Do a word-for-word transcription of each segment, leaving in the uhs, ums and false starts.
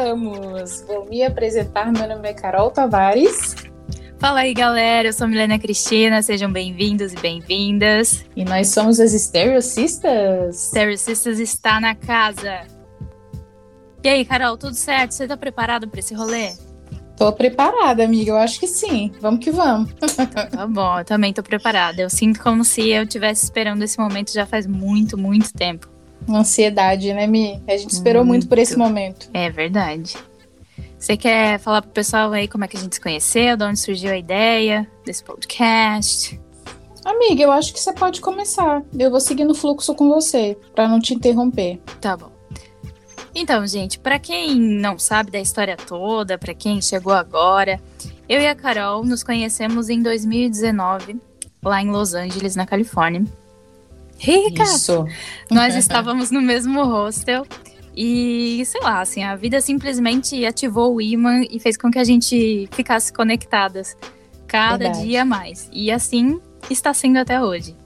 Começamos! Vou me apresentar, meu nome é Carol Tavares. Fala aí, galera, eu sou Milena Cristina, sejam bem-vindos e bem-vindas. E nós somos as Stereo Sisters. Stereo Sisters está na casa. E aí, Carol, tudo certo? Você tá preparado para esse rolê? Tô preparada, amiga, eu acho que sim. Vamos que vamos. Tá bom, eu também tô preparada. Eu sinto como se eu estivesse esperando esse momento já faz muito, muito tempo. Ansiedade, né, Mi? A gente esperou muito, muito por esse momento. É verdade. Você quer falar pro pessoal aí como é que a gente se conheceu, de onde surgiu a ideia desse podcast? Amiga, eu acho que você pode começar. Eu vou seguir no fluxo com você, pra não te interromper. Tá bom. Então, gente, pra quem não sabe da história toda, pra quem chegou agora, eu e a Carol nos conhecemos em dois mil e dezenove, lá em Los Angeles, na Califórnia. Rica! Isso. Nós estávamos no mesmo hostel e, sei lá, assim, a vida simplesmente ativou o ímã e fez com que a gente ficasse conectadas cada Verdade. dia mais. E assim está sendo até hoje.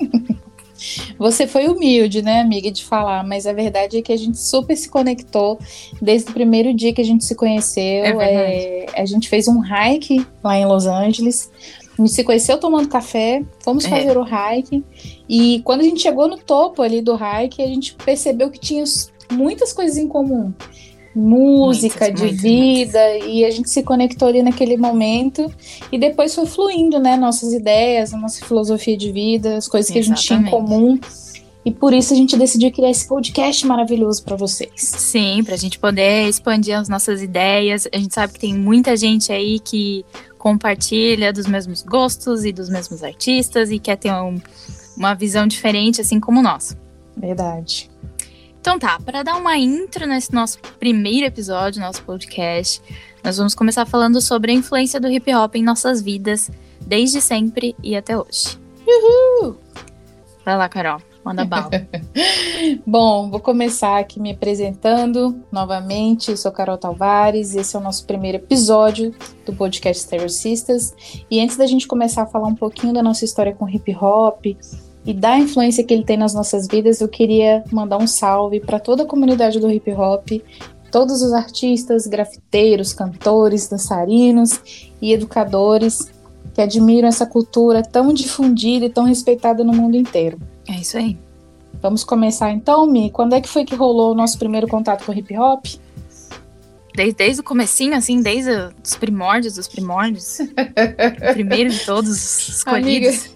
Você foi humilde, né, amiga, de falar, mas a verdade é que a gente super se conectou desde o primeiro dia que a gente se conheceu. É é, a gente fez um hike lá em Los Angeles. A gente se conheceu tomando café, fomos É. fazer o hike, e quando a gente chegou no topo ali do hike, a gente percebeu que tinha muitas coisas em comum. Música, Muitas, de muitas, vida, muitas. E a gente se conectou ali naquele momento, e depois foi fluindo, né, nossas ideias, a nossa filosofia de vida, as coisas que a gente tinha em comum, e por isso a gente decidiu criar esse podcast maravilhoso para vocês. Sim, pra gente poder expandir as nossas ideias. A gente sabe que tem muita gente aí que compartilha dos mesmos gostos e dos mesmos artistas e quer ter um, uma visão diferente, assim como nós. Verdade. Então tá, para dar uma intro nesse nosso primeiro episódio, nosso podcast, nós vamos começar falando sobre a influência do hip hop em nossas vidas, desde sempre e até hoje. Uhul! Vai lá, Carol, manda bala. Bom, vou começar aqui me apresentando novamente. Eu sou Carol Tavares, esse é o nosso primeiro episódio do podcast Stereo Sisters. E antes da gente começar a falar um pouquinho da nossa história com hip hop e da influência que ele tem nas nossas vidas, eu queria mandar um salve para toda a comunidade do hip hop, todos os artistas, grafiteiros, cantores, dançarinos e educadores que admiram essa cultura tão difundida e tão respeitada no mundo inteiro. É isso aí. Vamos começar então, Mi? Quando é que foi que rolou o nosso primeiro contato com hip hop? Desde, desde o comecinho, assim, desde os primórdios dos primórdios. O primeiro de todos os escolhidos.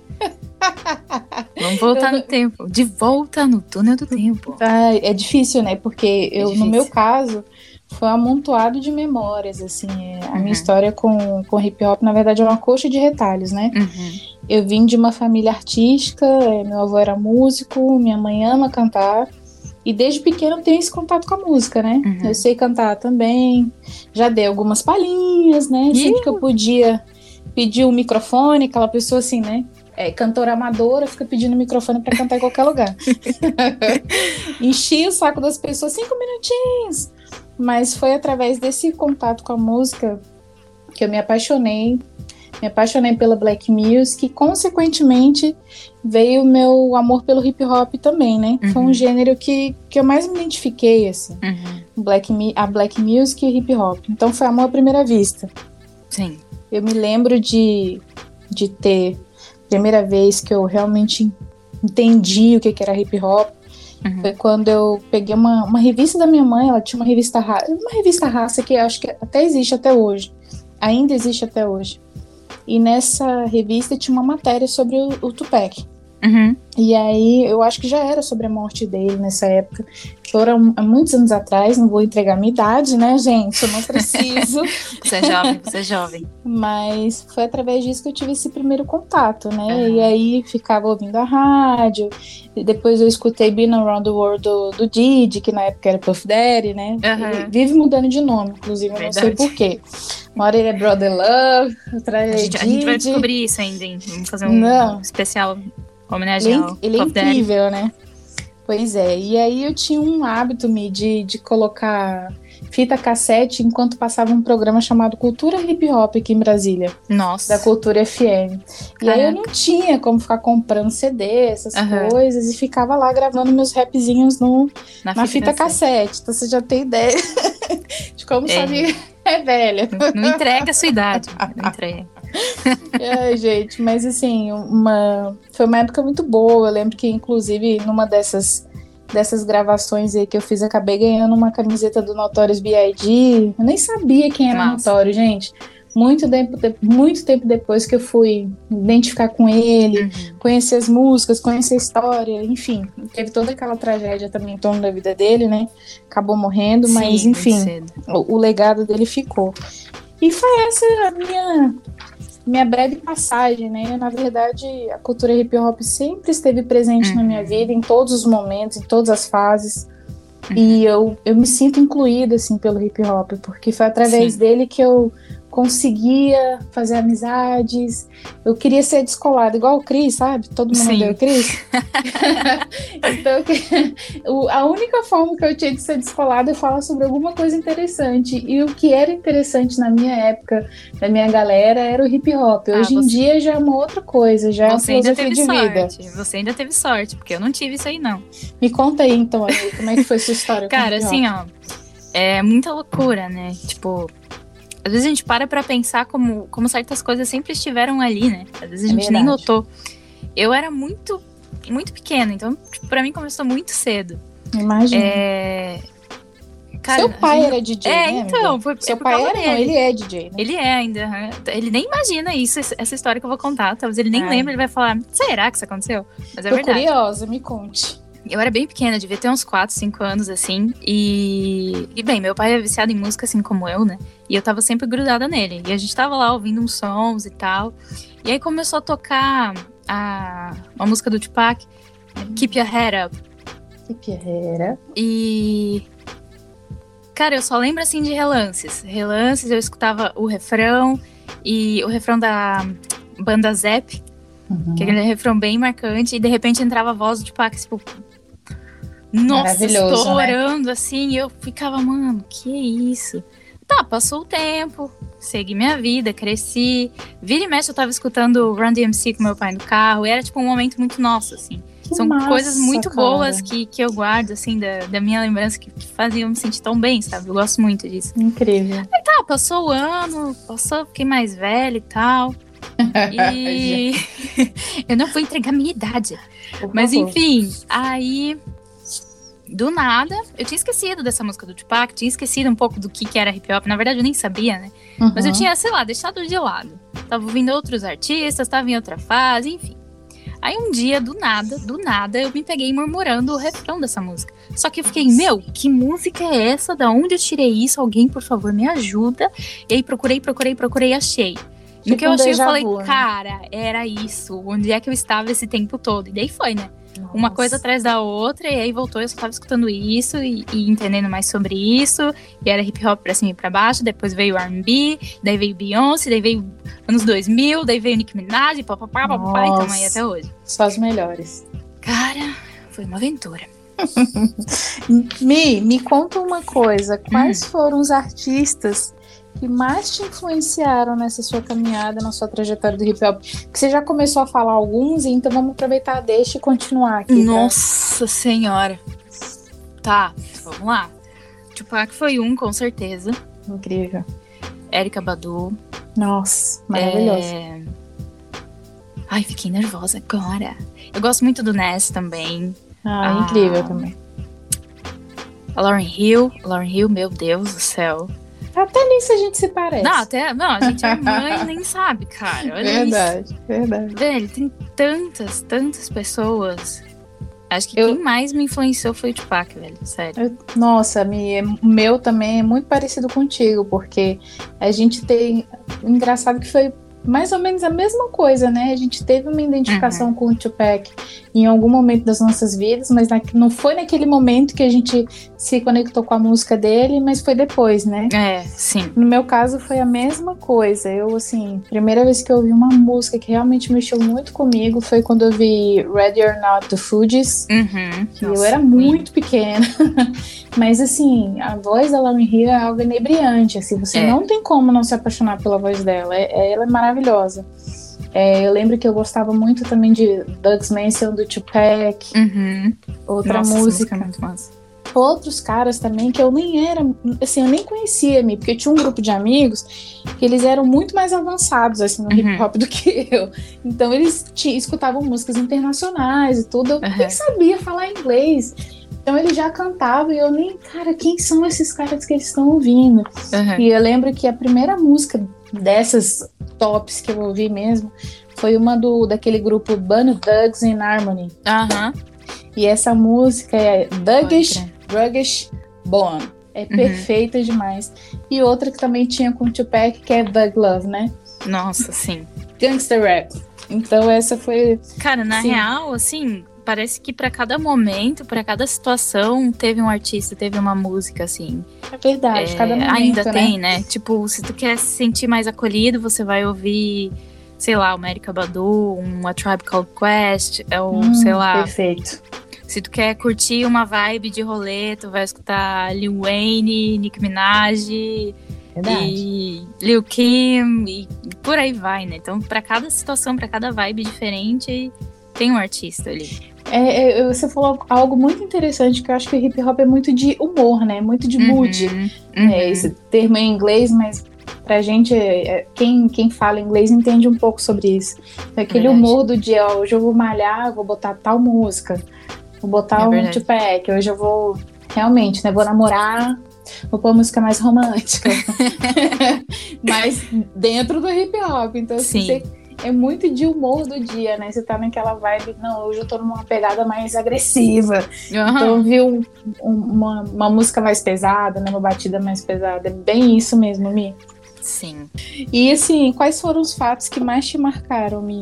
Vamos voltar eu... no tempo. De volta no túnel do tempo. Ah, é difícil, né? Porque eu, é no meu caso, foi um amontoado de memórias, assim. A uhum. minha história com, com hip hop, na verdade, é uma coxa de retalhos, né? Uhum. Eu vim de uma família artística, meu avô era músico, minha mãe ama cantar. E desde pequeno eu tenho esse contato com a música, né? Uhum. Eu sei cantar também. Já dei algumas palhinhas, né? Sempre Uhum. que eu podia pedir um microfone, aquela pessoa assim, né? É, cantora amadora, fica pedindo microfone pra cantar em qualquer lugar. Enchi o saco das pessoas, cinco minutinhos. Mas foi através desse contato com a música que eu me apaixonei. Me apaixonei pela Black Music e, consequentemente, veio o meu amor pelo hip hop também, né? Uhum. Foi um gênero que, que eu mais me identifiquei, assim. Uhum. Black, a Black Music e o hip hop. Então foi amor à primeira vista. Sim. Eu me lembro de, de ter... Primeira vez que eu realmente entendi o que, que era hip hop, uhum. foi quando eu peguei uma, uma revista da minha mãe. Ela tinha uma revista raça, uma revista raça que acho que até existe até hoje. Ainda existe até hoje. E nessa revista tinha uma matéria sobre o, o Tupac. Uhum. E aí eu acho que já era sobre a morte dele nessa época. Foram há muitos anos atrás, não vou entregar minha idade, né, gente? Eu não preciso. Você é jovem, você é jovem. Mas foi através disso que eu tive esse primeiro contato, né? Uhum. E aí ficava ouvindo a rádio. E depois eu escutei Been Around the World do, do Didi, que na época era Puff Daddy, né? Uhum. Ele vive mudando de nome, inclusive, eu Verdade. não sei porquê. Uma hora ele é Brother Love, outra ele é a gente, Didi. A gente vai descobrir isso ainda, hein? Vamos fazer um não. especial homenagem ele, ao Ele é Puff Daddy. incrível, né? Pois é, e aí eu tinha um hábito, Mi, de, de colocar fita cassete enquanto passava um programa chamado Cultura Hip Hop aqui em Brasília. Nossa. Da Cultura F M. E Caraca. aí eu não tinha como ficar comprando C D, essas uhum. coisas, e ficava lá gravando meus rapzinhos no, na, na fita, fita cassete. cassete. Então você já tem ideia De como É. sua amiga é velha. Não, não entrega a sua idade. Não entrega. Ai, gente, mas assim, uma... foi uma época muito boa. Eu lembro que, inclusive, numa dessas, dessas gravações aí que eu fiz, acabei ganhando uma camiseta do Notorious B I G. Eu nem sabia quem era Nossa. Notorious, gente. Muito tempo, de- muito tempo depois que eu fui me identificar com ele, Uhum. conhecer as músicas, conhecer a história, enfim. Teve toda aquela tragédia também em torno da vida dele, né? Acabou morrendo, mas Sim, muito enfim, cedo. o, o legado dele ficou. E foi essa a minha, minha breve passagem, né? Na verdade, a cultura hip hop sempre esteve presente Uhum. na minha vida, em todos os momentos, em todas as fases. Uhum. E eu, eu me sinto incluída, assim, pelo hip hop, porque foi através Sim. dele que eu conseguia fazer amizades. Eu queria ser descolada, igual o Cris, sabe? Todo mundo Sim. odeia o Cris. Então, eu que- o- a única forma que eu tinha de ser descolada é falar sobre alguma coisa interessante. E o que era interessante na minha época, na minha galera, era o hip hop. Ah, Hoje em você- dia já é uma outra coisa, já é uma Você ainda filosofia teve de vida. sorte. Você ainda teve sorte, porque eu não tive isso aí, não. Me conta aí, então, amigo, como é que foi sua história com o Cara, hip hop? assim, ó, é muita loucura, né? Tipo, às vezes a gente para pra pensar como, como certas coisas sempre estiveram ali, né? Às vezes a É gente nem verdade. notou. Eu era muito, muito pequena, então, tipo, pra mim começou muito cedo. Imagina. É... Cara, Seu pai a gente- era D J, É, né, então, amiga? foi, é Seu por pai causa era, não, dele. ele é D J, né? Ele é ainda. aham. Ele nem imagina isso, essa história que eu vou contar. Talvez ele nem Ai. lembre, ele vai falar, será que isso aconteceu? Mas é Tô verdade. curiosa, me conte. Eu era bem pequena, devia ter uns quatro, cinco anos, assim. E, e bem, meu pai é viciado em música, assim como eu, né? E eu tava sempre grudada nele. E a gente tava lá ouvindo uns sons e tal. E aí começou a tocar a, uma música do Tupac, Keep Your Head Up. Que era? E... Cara, eu só lembro, assim, de relances. Relances, eu escutava o refrão. E o refrão da banda Zep, Uhum. que é aquele refrão bem marcante. E de repente entrava a voz do Tupac, tipo... Nossa, Maravilhoso, estourando, assim. E eu ficava, mano, que isso? Tá, passou o tempo. Segui minha vida, cresci. Vira e mexe, eu tava escutando Run D M C com meu pai no carro. E era, tipo, um momento muito nosso, assim. Que São massa, coisas muito cara. boas que, que eu guardo, assim, da, da minha lembrança, que, que faziam me sentir tão bem, sabe? Eu gosto muito disso. Incrível. Tá, passou o ano, passou, fiquei mais velha e tal. E eu não vou entregar minha idade. Por Mas favor. enfim, aí do nada, eu tinha esquecido dessa música do Tupac, tinha esquecido um pouco do que, que era hip hop. Na verdade, eu nem sabia, né? Uhum. Mas eu tinha, sei lá, deixado de lado. Tava ouvindo outros artistas, tava em outra fase, enfim. Aí um dia, do nada, do nada, eu me peguei murmurando o refrão dessa música. Só que eu fiquei, meu, que música é essa? Da onde eu tirei isso? Alguém, por favor, me ajuda. E aí procurei, procurei, procurei, achei. No Tipo que eu um achei, eu déjà falei, vu, né? cara, era isso. Onde é que eu estava esse tempo todo? E daí foi, né? Uma Nossa. coisa atrás da outra, e aí voltou, eu só tava escutando isso e, e entendendo mais sobre isso. E era hip hop pra cima e pra baixo, depois veio R and B, daí veio Beyoncé, daí veio anos dois mil, daí veio Nicki Minaj, papapá, papapá, e tamo aí até hoje. Só as melhores. Cara, foi uma aventura. Mi, me conta uma coisa. Quais Hum. foram os artistas que mais te influenciaram nessa sua caminhada, na sua trajetória do hip hop? Que você já começou a falar alguns, então vamos aproveitar, deixa e continuar aqui. Nossa senhora. Tá, vamos lá. Tupac foi um, com certeza. Tá? Incrível. Erykah Badu. Nossa, maravilhoso. É... Ai, fiquei nervosa agora. Eu gosto muito do Nas também. Ah, Ah. incrível também. A Lauryn Hill. Lauryn Hill, meu Deus do céu. Até nisso a gente se parece. Não, até, não, a gente é mãe e nem sabe, cara. Olha Verdade, isso. verdade. Velho, tem tantas, tantas pessoas. Acho que Eu- quem mais me influenciou foi o Tupac, velho. Sério. Eu- Nossa, Mi, o meu também é muito parecido contigo, porque a gente tem. Engraçado que foi mais ou menos a mesma coisa, né? A gente teve uma identificação com o Tupac em algum momento das nossas vidas, mas na- não foi naquele momento que a gente se conectou com a música dele, mas foi depois, né? É, sim. No meu caso foi a mesma coisa. Eu, assim, primeira vez que eu ouvi uma música que realmente mexeu muito comigo foi quando eu vi Ready or Not do Fugees. Uhum. Que Nossa, eu era Queen. muito pequena. Mas, assim, a voz da Lauryn Hill é algo inebriante. Assim, você É. não tem como não se apaixonar pela voz dela. É- ela é maravilhosa. É, eu lembro que eu gostava muito também de Doug's Mansion, do Tupac. Uhum. Outra Nossa, essa música. é muito massa. outros caras também que eu nem era, assim, eu nem conhecia, me, porque eu tinha um grupo de amigos que eles eram muito mais avançados, assim, no uhum. hip hop do que eu. Então eles t- escutavam músicas internacionais e tudo, eu uhum. nem sabia falar inglês. Então eles já cantavam e eu nem, cara, quem são esses caras que eles estão ouvindo? Uhum. E eu lembro que a primeira música dessas tops que eu ouvi mesmo foi uma do, daquele grupo Bun Thugs and Harmony. Aham. Uhum. E essa música é Thuggish, Druggish, Bone. É uhum. perfeita demais. E outra que também tinha com o Tupac, que é Thug Love, né? Nossa, sim. Gangster Rap. Então essa foi... Cara, na sim. real, assim, parece que pra cada momento, pra cada situação, teve um artista, teve uma música, assim. É verdade, é, cada momento, ainda né? tem, né? Tipo, se tu quer se sentir mais acolhido, você vai ouvir... sei lá, uma Erykah Badu, uma Tribe Called Quest, ou hum, sei lá. Perfeito. Se tu quer curtir uma vibe de rolê, tu vai escutar Lil Wayne, Nicki Minaj, Verdade. e Lil Kim, e por aí vai, né? Então, pra cada situação, pra cada vibe diferente, tem um artista ali. É, é, você falou algo muito interessante, que eu acho que o hip hop é muito de humor, né? Muito de mood. Uhum, uhum. É, esse termo em inglês, mas pra gente, quem, quem fala inglês entende um pouco sobre isso. Aquele verdade. Humor do dia, ó, hoje eu vou malhar, vou botar tal música, vou botar é um Tupac, hoje eu vou, realmente, né, vou namorar, vou pôr música mais romântica. Mas dentro do hip hop, então assim, você, é muito de humor do dia, né, você tá naquela vibe, não, hoje eu tô numa pegada mais agressiva, uhum. então eu vi um, um, uma, uma música mais pesada, né, uma batida mais pesada, é bem isso mesmo, Mi. Sim. E assim, quais foram os fatos que mais te marcaram, Mi?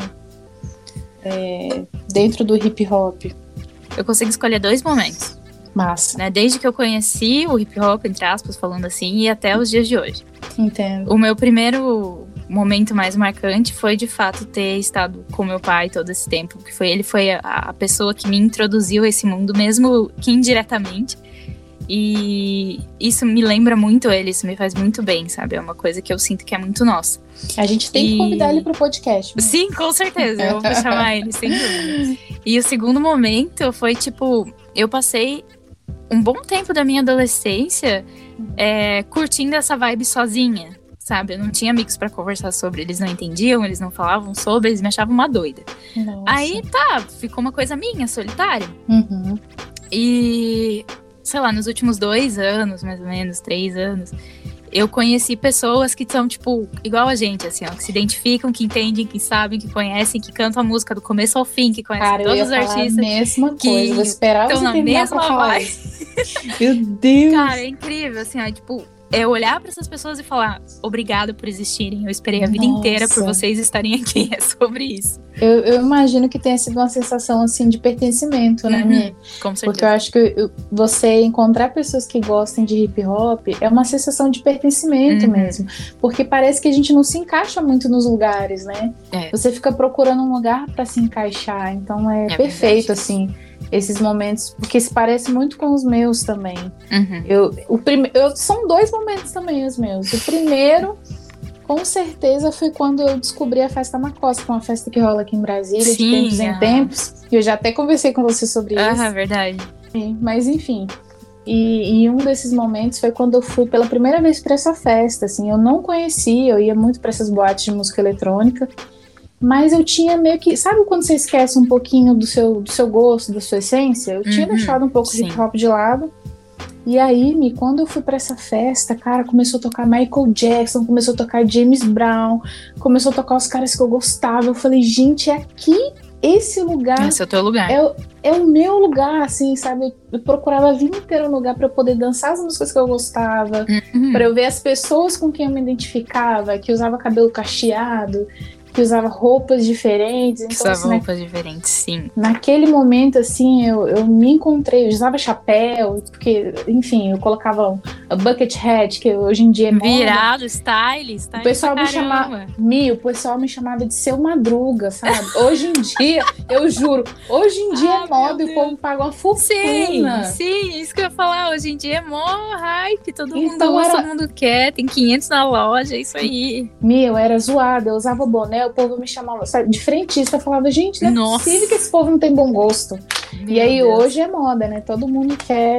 É, dentro do hip hop? Eu consigo escolher dois momentos. Massa. Né? Desde que eu conheci o hip hop, entre aspas, falando assim, e até os dias de hoje. Entendo. O meu primeiro momento mais marcante foi, de fato, ter estado com meu pai todo esse tempo. Que foi, ele foi a, a pessoa que me introduziu a esse mundo, mesmo que indiretamente. E isso me lembra muito ele, isso me faz muito bem, sabe? É uma coisa que eu sinto que é muito nossa. A gente tem e... que convidar ele pro podcast. Mas... Sim, com certeza, eu vou chamar ele, sem dúvida. E o segundo momento foi, tipo, eu passei um bom tempo da minha adolescência é, curtindo essa vibe sozinha, sabe? Eu não tinha amigos pra conversar sobre, eles não entendiam, eles não falavam sobre, eles me achavam uma doida. Nossa. Aí, tá, ficou uma coisa minha, solitária. Uhum. E... sei lá, nos últimos dois anos, mais ou menos, três anos, eu conheci pessoas que são, tipo, igual a gente, assim, ó, que se identificam, que entendem, que sabem, que conhecem, que cantam a música do começo ao fim, que conhecem Cara, todos eu os ia falar artistas. A mesma que coisa, vou esperar você na terminar mesma pra falar. vibe. Meu Deus! Cara, é incrível, assim, ó, tipo, é olhar pra essas pessoas e falar, obrigado por existirem, eu esperei a vida Nossa. inteira por vocês estarem aqui, é sobre isso. Eu, eu imagino que tenha sido uma sensação, assim, de pertencimento, né, uhum, Mi? Com certeza. Porque eu acho que eu, você encontrar pessoas que gostem de hip hop é uma sensação de pertencimento uhum. mesmo. Porque parece que a gente não se encaixa muito nos lugares, né? É. Você fica procurando um lugar pra se encaixar, então é, é perfeito, verdade. Assim, esses momentos, porque se parece muito com os meus também. Uhum. Eu, o prime, eu, são dois momentos também os meus. O primeiro... com certeza foi quando eu descobri a Festa Macosta, que é uma festa que rola aqui em Brasília, Sim, de tempos ah. em tempos. E eu já até conversei com você sobre ah, isso. Ah, verdade. Sim, mas enfim. E, e um desses momentos foi quando eu fui pela primeira vez para essa festa. Assim, eu não conhecia, eu ia muito para essas boates de música eletrônica. Mas eu tinha meio que... sabe quando você esquece um pouquinho do seu, do seu gosto, da sua essência? Eu tinha uhum, deixado um pouco o hip hop de lado. E aí, Mi, quando eu fui pra essa festa, cara, começou a tocar Michael Jackson, começou a tocar James Brown, começou a tocar os caras que eu gostava. Eu falei, gente, é aqui esse lugar. Esse é o teu lugar. É, é o meu lugar, assim, sabe? Eu, eu procurava a vida inteira um lugar pra eu poder dançar as músicas que eu gostava, uhum. pra eu ver as pessoas com quem eu me identificava, que usava cabelo cacheado, que usava roupas diferentes. Que então, usava assim, roupas na... diferentes, sim. Naquele momento, assim, eu, eu me encontrei, eu usava chapéu, porque, enfim, eu colocava um, um bucket hat, que hoje em dia é moda. Virado, style, style o pessoal me chamava, Mi, o pessoal me chamava de Seu Madruga, sabe? Hoje em dia, eu juro, hoje em dia ah, é moda e o povo paga uma fortuna. Sim, sim, isso que eu ia falar, hoje em dia é mó hype, todo mundo então usa, era... todo mundo quer, tem quinhentos na loja, é isso aí. Mi, eu era zoada, eu usava boné, o povo me chamava, sabe, de frentista, eu falava, gente, não é Nossa. possível que esse povo não tem bom gosto. Meu e aí Deus. Hoje é moda, né? Todo mundo quer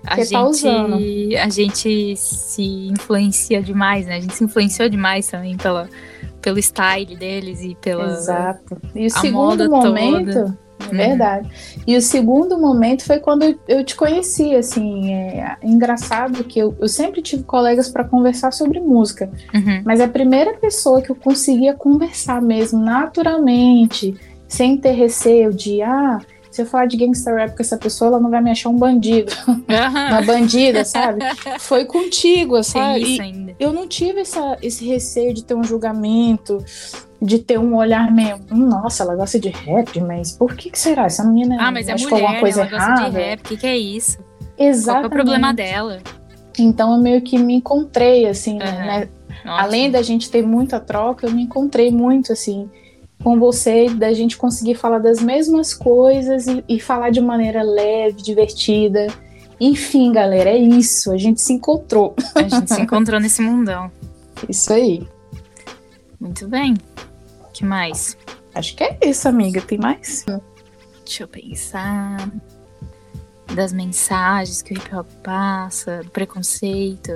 A que gente, tá usando. a gente se influencia demais, né? A gente se influenciou demais também pela, pelo style deles e pela Exato. E o a segundo moda momento, toda. é verdade. E o segundo momento foi quando eu, eu te conheci, assim, é engraçado que eu, eu sempre tive colegas para conversar sobre música, Uhum. mas a primeira pessoa que eu conseguia conversar mesmo, naturalmente, sem ter receio de, ah, se eu falar de gangster rap com essa pessoa, ela não vai me achar um bandido, uma bandida, sabe? Foi contigo, sabe? Tem isso E ainda. eu não tive essa, esse receio de ter um julgamento, de ter um olhar meio, hum, nossa, ela gosta de rap, mas por que que será? Essa menina Ah, mas é acha que alguma mulher, né? coisa Ela gosta de errada? rap. O que, que é isso? Exatamente. Qual que é o problema dela? Então eu meio que me encontrei, assim, né? Uhum. né? Ótimo. Além da gente ter muita troca, eu me encontrei muito, assim, com você, da gente conseguir falar das mesmas coisas e, e falar de maneira leve, divertida. Enfim, galera, é isso. A gente se encontrou. A gente se encontrou nesse mundão. Isso aí. Muito bem. O que mais? Acho que é isso, amiga. Tem mais? Deixa eu pensar. Das mensagens que o hip hop passa, do preconceito.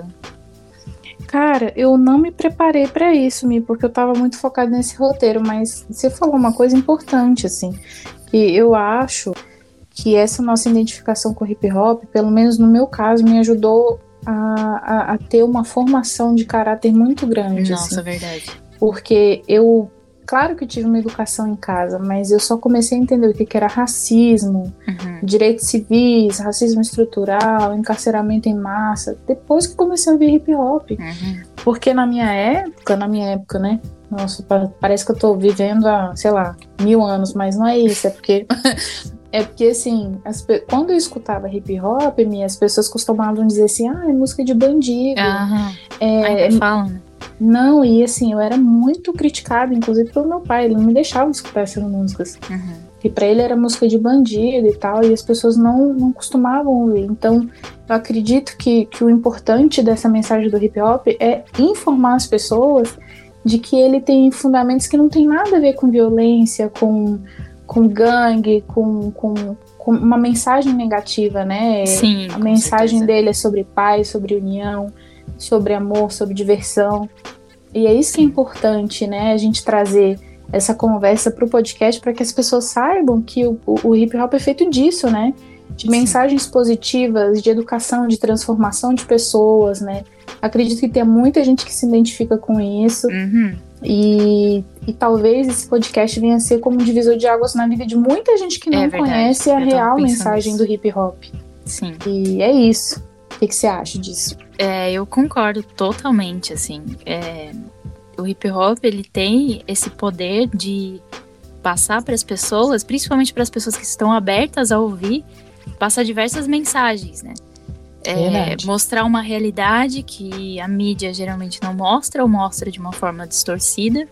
Cara, eu não me preparei pra isso, Mi, porque eu tava muito focada nesse roteiro, mas você falou uma coisa importante, assim, que eu acho que essa nossa identificação com o hip hop, pelo menos no meu caso, me ajudou a, a, a ter uma formação de caráter muito grande. Nossa, assim, verdade. Porque eu, claro que eu tive uma educação em casa, mas eu só comecei a entender o que, que era racismo, Uhum. direitos civis, racismo estrutural, encarceramento em massa, depois que comecei a ouvir hip hop. Uhum. Porque na minha época, na minha época, né? Nossa, parece que eu tô vivendo há, sei lá, mil anos, mas não é isso, é porque... É porque, assim, as, quando eu escutava hip hop, as pessoas costumavam dizer assim, ah, é música de bandido. Aham. É, Ainda falam, né? Não, e assim, eu era muito criticada, inclusive pelo meu pai, ele não me deixava escutar essas músicas. Uhum. E pra ele era música de bandido e tal, e as pessoas não, não costumavam ouvir. Então, eu acredito que, que o importante dessa mensagem do hip hop é informar as pessoas de que ele tem fundamentos que não tem nada a ver com violência, com, com gangue, com, com, com uma mensagem negativa, né? Sim, a com mensagem certeza. dele é sobre paz, sobre união, sobre amor, sobre diversão. E é isso que é importante, né? A gente trazer essa conversa para o podcast para que as pessoas saibam que o, o, o hip hop é feito disso, né? De Sim. mensagens positivas, de educação, de transformação de pessoas, né? Acredito que tem muita gente que se identifica com isso. Uhum. E, e talvez esse podcast venha a ser como um divisor de águas na vida de muita gente que não É verdade. conhece a Eu tava real pensando mensagem nisso. do hip hop. Sim. E é isso. O que, que você acha disso? É, eu concordo totalmente, assim. É, o hip hop, ele tem esse poder de passar para as pessoas, principalmente para as pessoas que estão abertas a ouvir, passar diversas mensagens, né? É, mostrar uma realidade que a mídia geralmente não mostra ou mostra de uma forma distorcida.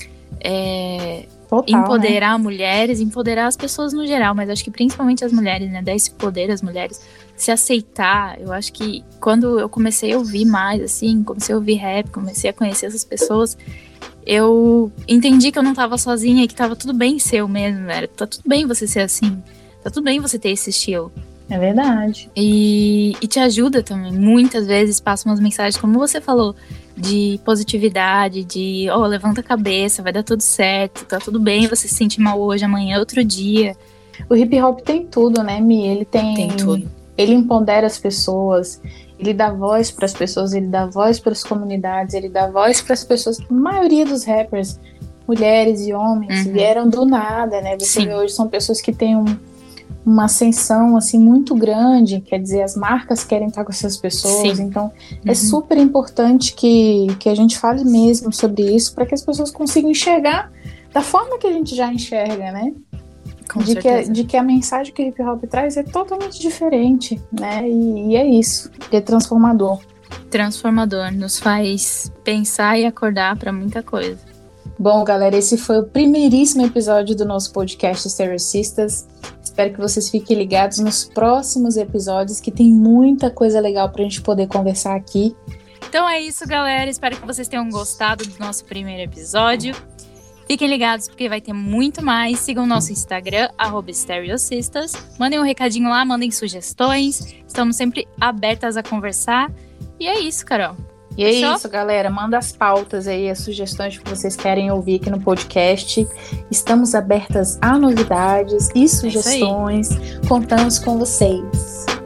É, Total, empoderar né? mulheres, empoderar as pessoas no geral, mas acho que principalmente as mulheres, né? Dar esse poder às mulheres, se aceitar. Eu acho que quando eu comecei a ouvir mais, assim, comecei a ouvir rap, comecei a conhecer essas pessoas, eu entendi que eu não tava sozinha e que tava tudo bem ser eu mesmo, né? Tá tudo bem você ser assim, tá tudo bem você ter esse estilo. É verdade. E, e te ajuda também. Muitas vezes passa umas mensagens, como você falou, de positividade, de oh, levanta a cabeça, vai dar tudo certo, tá tudo bem você se sentir mal hoje, amanhã é outro dia. O hip hop tem tudo, né, Mi? Ele tem, Tem tudo. Ele empodera as pessoas, ele dá voz para as pessoas, ele dá voz para as comunidades, ele dá voz para as pessoas. A maioria dos rappers, mulheres e homens, Uhum. vieram do nada, né? Você Sim. vê hoje são pessoas que têm um uma ascensão assim muito grande, quer dizer, as marcas querem estar com essas pessoas. Sim. Então uhum. é super importante que, que a gente fale mesmo sobre isso, para que as pessoas consigam enxergar da forma que a gente já enxerga, né? Com de, certeza. que, de que a mensagem que o hip hop traz é totalmente diferente, né? E, e é isso, é transformador. Transformador, nos faz pensar e acordar para muita coisa. Bom, galera, esse foi o primeiríssimo episódio do nosso podcast Stereocistas. Espero que vocês fiquem ligados nos próximos episódios, que tem muita coisa legal pra gente poder conversar aqui. Então é isso, galera. Espero que vocês tenham gostado do nosso primeiro episódio. Fiquem ligados porque vai ter muito mais. Sigam o nosso Instagram, arroba Stereocistas. Mandem um recadinho lá, mandem sugestões. Estamos sempre abertas a conversar. E é isso, Carol. E é Fechou? isso, galera. Manda as pautas aí, as sugestões que vocês querem ouvir aqui no podcast. Estamos abertas a novidades e sugestões. Contamos com vocês.